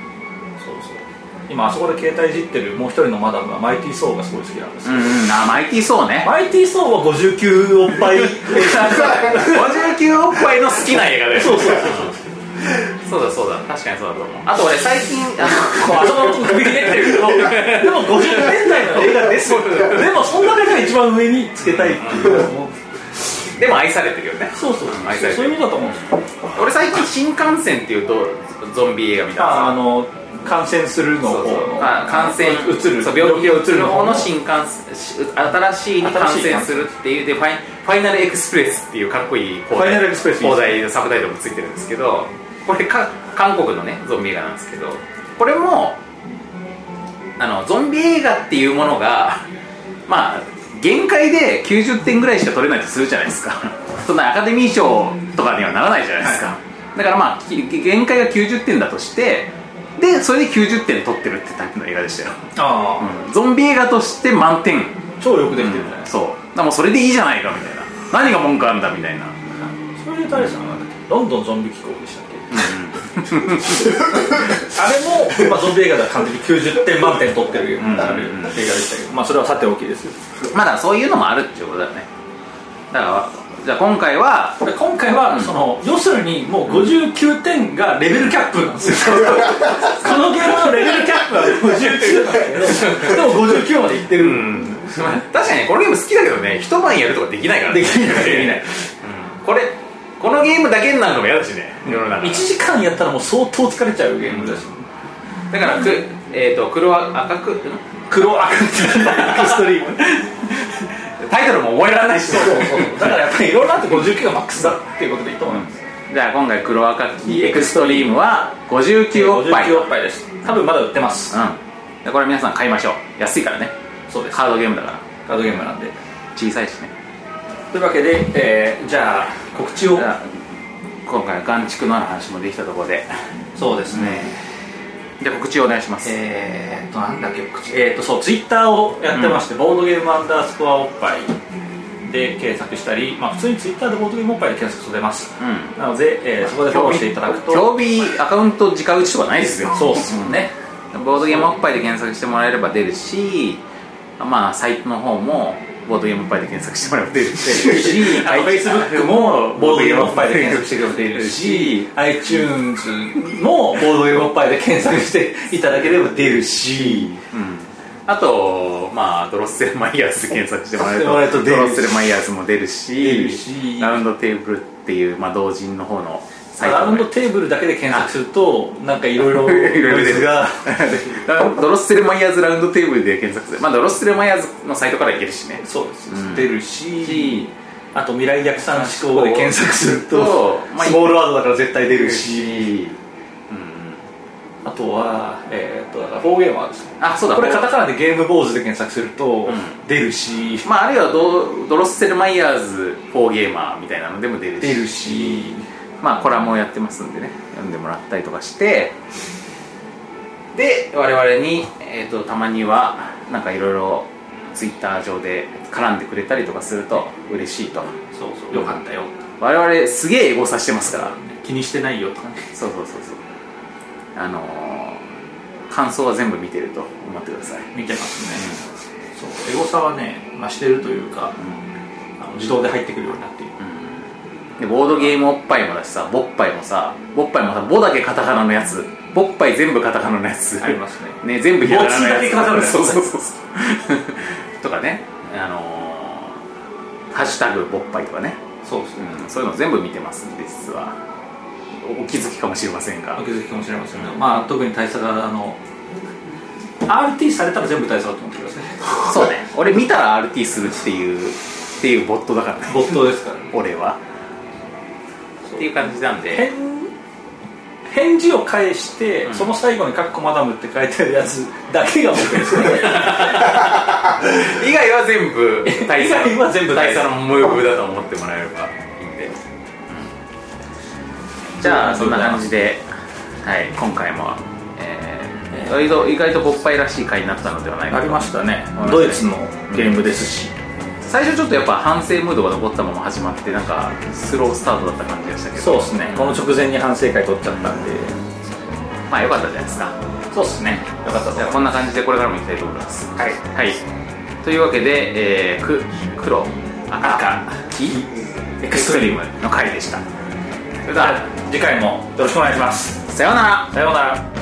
今あそこで携帯いじってるもう一人のマダムはマイティー・ソーがすごい好きなんですよ、 マイティー・ソーね。 マイティー・ソーは59おっぱい 59おっぱいの好きな映画だよ。 そうそうだ確かにそうだと思う。あと俺最近あそこの首に出てるけどでも50年代の映画ですよでもそんな中が一番上につけたいっていうでも愛されてるよね。 そう愛されてる。 そういう意味だと思うんですよ。 俺最近新幹線っていうとゾンビ映画見たんですよ。 感染するの感染うつる病気をうつるの方の新幹線、新しいに感染するっていうでファイナルエクスプレスっていうかっこいい放題サブタイトルもついてるんですけど、これ韓国のねゾンビ映画なんですけど、これもゾンビ映画っていうものがまあ限界で90点ぐらいしか取れないとするじゃないですかそんなアカデミー賞とかにはならないじゃないですか、だからまあ限界が90点だとして、 でそれで90点取ってるってタイプの映画でしたよ。 ああ、 ゾンビ映画として満点。 超よくできてるじゃないですか。 そうだからもうそれでいいじゃないかみたいな、何が文句あるんだみたいな。 それで誰さんなんだっけ、ロンドンゾンビ機構でしたっけ、あれも、ゾンビ映画では完全に90点満点取ってる映画でしたけど、それはさておきですよ。 まだそういうのもあるっていうことだよね。だからじゃあ今回はその要するにもう59点がレベルキャップなんですよこのゲームのレベルキャップは59なんだけどでも59までいってる、 確かにこのゲーム好きだけどね、一晩やるとかできないからね。 できない、 このゲームだけになるのも嫌だしね、世の中 1時間やったらもう相当疲れちゃうゲームだし、 だから黒赤くストリームタイトルも覚えられないし、 だからやっぱりいろいろあって59がマックスだっていうことでいいと思います。 じゃあ今回黒赤エクストリームは59おっぱい、 59おっぱいです。多分まだ売ってます。 これ皆さん買いましょう、安いからね。 そうです、 カードゲームだから、 カードゲームなんで小さいしね。 というわけで、じゃあ告知を。 今回は眼畜の話もできたところで、 そうですね、 じゃあ告知をお願いします。 なんだっけ告知、そうツイッターをやってまして、ボードゲームアンダースコアおっぱいで検索したり、普通にツイッターでボードゲームおっぱいで検索すると出ます、なので、そこでフォローしていただくと、 競技アカウント直打ちとかないですよ。 そうですね、 ボードゲームおっぱいで検索してもらえれば出るし、サイトの方もボードゲームおっぱいで検索してもらえば出るし Facebook もボードゲームおっぱいで検索してくれば出るし、iTunes もボードゲームおっぱいで検索していただければ出るし、 あとドロッセルマイヤーズで検索してもらえるとドロッセルマイヤーズも出るし、ラウンドテーブルっていう同人の方のラウンドテーブルだけで検索するとなんかいろいろノイズがドロッセルマイヤーズラウンドテーブルで検索する、ドロッセルマイヤーズのサイトからいけるしね。 そうです、出るし、あと未来逆算思考で検索するとスモールワードだから絶対出るし、あとはだから4ゲーマーですね。 そうだ、 これカタカナでゲーム坊主で検索すると出るし、 あるいはドロッセルマイヤーズ4ゲーマーみたいなのでも出るし、コラムをやってますんでね、読んでもらったりとかして、で我々に、たまにはなんかいろいろツイッター上で絡んでくれたりとかすると嬉しいと。 そうよかったよ、 我々すげえエゴサしてますから、 気にしてないよとかね。 そう感想は全部見てると思ってください。 見てますね、エゴサはね、してるというか、自動で入ってくるようになっている。 でボードゲームおっぱいもだしさ、ボッパイもさ、ボだけカタカナのやつ、ボッパイ全部カタカナのやつありますね。 全部ひらがなのやつ、 ボツだけカタカナのやつとかね、ハッシュタグボッパイとかね、 そうですね、 そういうの全部見てますんで、実はお気づきかもしれませんが、 特に大佐がRT されたら全部大佐だと思ってください。 そうね、俺見たら RT するっていうボットだからね。 ボットですからね俺はっていう感じなんで、 返事を返して、その最後にカッコマダムって書いてあるやつだけが僕ですね以外は全部大佐のムーブだと思ってもらえればいいんで、じゃあそんな感じで、今回も、意外とボッパイらしい回になったのではないかと。 ありましたね。ドイツのゲームですし、 最初ちょっとやっぱ反省ムードが残ったまま始まって、なんかスロースタートだった感じでしたけど、 そうですね、この直前に反省会取っちゃったんで、 良かったじゃないですか。 そうですね、よかったと。 じゃあこんな感じでこれからもいきたいと思います。というわけで、黒赤エクストリームの回でした。それでは次回もよろしくお願いします。 さようなら。 さようなら。